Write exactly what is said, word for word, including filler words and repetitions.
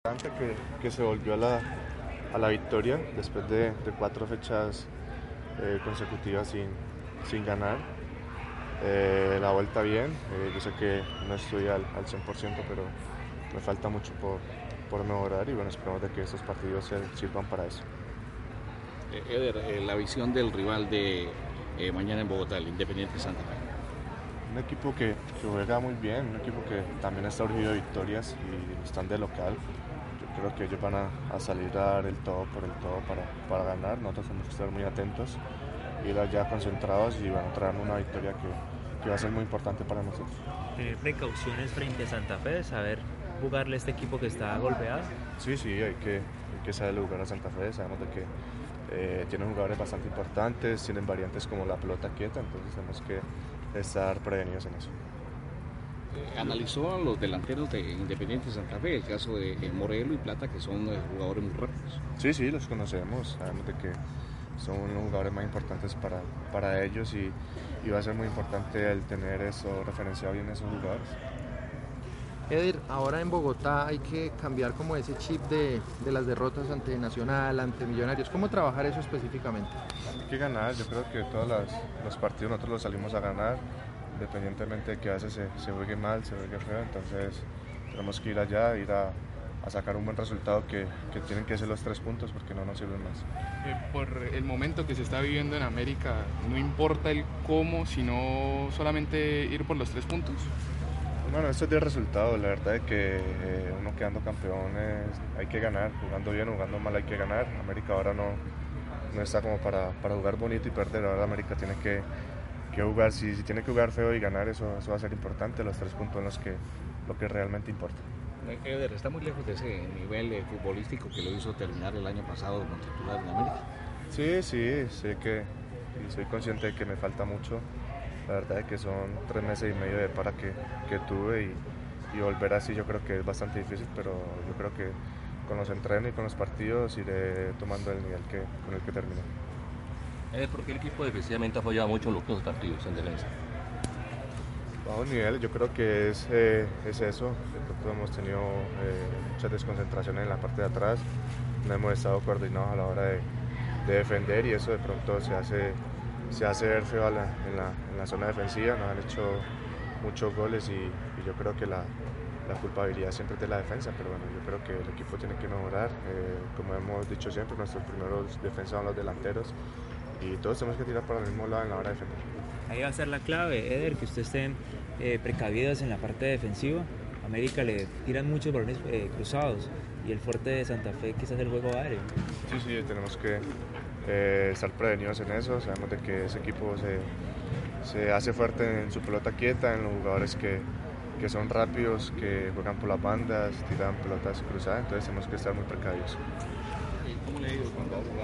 importante que, que se volvió a la, a la victoria después de, de cuatro fechas eh, consecutivas sin, sin ganar. Eh, la vuelta bien, eh, yo sé que no estoy al, al cien por ciento, pero me falta mucho por, por mejorar y bueno, esperamos de que estos partidos se sirvan para eso. Eh, Eder, eh, la visión del rival de eh, mañana en Bogotá, el Independiente Santa Fe. Un equipo que, que juega muy bien, un equipo que también está urgido de victorias y están de local. Yo creo que ellos van a, a salir a dar el todo por el todo para, para ganar. Nosotros tenemos que estar muy atentos, ir allá concentrados y bueno, traernos una victoria que, que va a ser muy importante para nosotros. Tener precauciones frente a Santa Fe, saber jugarle a este equipo que está golpeado. Sí, sí, hay que, hay que saber jugar a Santa Fe, sabemos de que eh, tienen jugadores bastante importantes, tienen variantes como la pelota quieta, entonces tenemos que estar prevenidos en eso. Eh, analizó a los delanteros de Independiente Santa Fe, el caso de eh, Morelo y Plata, que son eh, jugadores muy rápidos. Sí, sí, los conocemos, sabemos de que son los jugadores más importantes para, para ellos y, y va a ser muy importante el tener eso referenciado bien en esos jugadores. Eder, ahora en Bogotá hay que cambiar como ese chip de, de las derrotas ante Nacional, ante Millonarios. ¿Cómo trabajar eso específicamente? Hay que ganar, yo creo que todos las, los partidos nosotros los salimos a ganar, independientemente de que a veces se, se juegue mal, se juegue feo, entonces tenemos que ir allá, ir a, a sacar un buen resultado que, que tienen que ser los tres puntos porque no nos sirven más. Eh, por el momento que se está viviendo en América, no importa el cómo, sino solamente ir por los tres puntos. Bueno, esto es de resultado, la verdad es que eh, uno quedando campeones hay que ganar, jugando bien, jugando mal hay que ganar. América ahora no, no está como para, para jugar bonito y perder, ahora América tiene que, que jugar, si, si tiene que jugar feo y ganar, eso, eso va a ser importante, los tres puntos son los que, lo que realmente importa. Eder, está muy lejos de ese nivel eh, futbolístico que lo hizo terminar el año pasado como titular en América. Sí, sí, sé que y soy consciente de que me falta mucho. La verdad es que son tres meses y medio de para que, que tuve y, y volver así yo creo que es bastante difícil, pero yo creo que con los entrenos y con los partidos iré tomando el nivel que, con el que terminé. Eh, ¿Por qué el equipo defensivamente ha fallado mucho en los últimos partidos en defensa? Bajo nivel, yo creo que es, eh, es eso. De pronto hemos tenido eh, muchas desconcentraciones en la parte de atrás, no hemos estado coordinados a la hora de, de defender y eso de pronto se hace se hace ver feo en la, en, la, en la zona defensiva, nos han hecho muchos goles y, y yo creo que la, la culpabilidad siempre es de la defensa, pero bueno, yo creo que el equipo tiene que mejorar, eh, como hemos dicho siempre, nuestros primeros defensas son los delanteros y todos tenemos que tirar para el mismo lado en la hora de defender. Ahí va a ser la clave, Eder, que ustedes estén eh, precavidos en la parte defensiva. América le tiran muchos balones eh, cruzados y el fuerte de Santa Fe quizás el juego aéreo. Sí, sí, tenemos que eh, estar prevenidos en eso, sabemos de que ese equipo se, se hace fuerte en su pelota quieta, en los jugadores que, que son rápidos, que juegan por las bandas, tiran pelotas cruzadas, entonces tenemos que estar muy precavidos. ¿Cómo le ha ido cuando ha jugado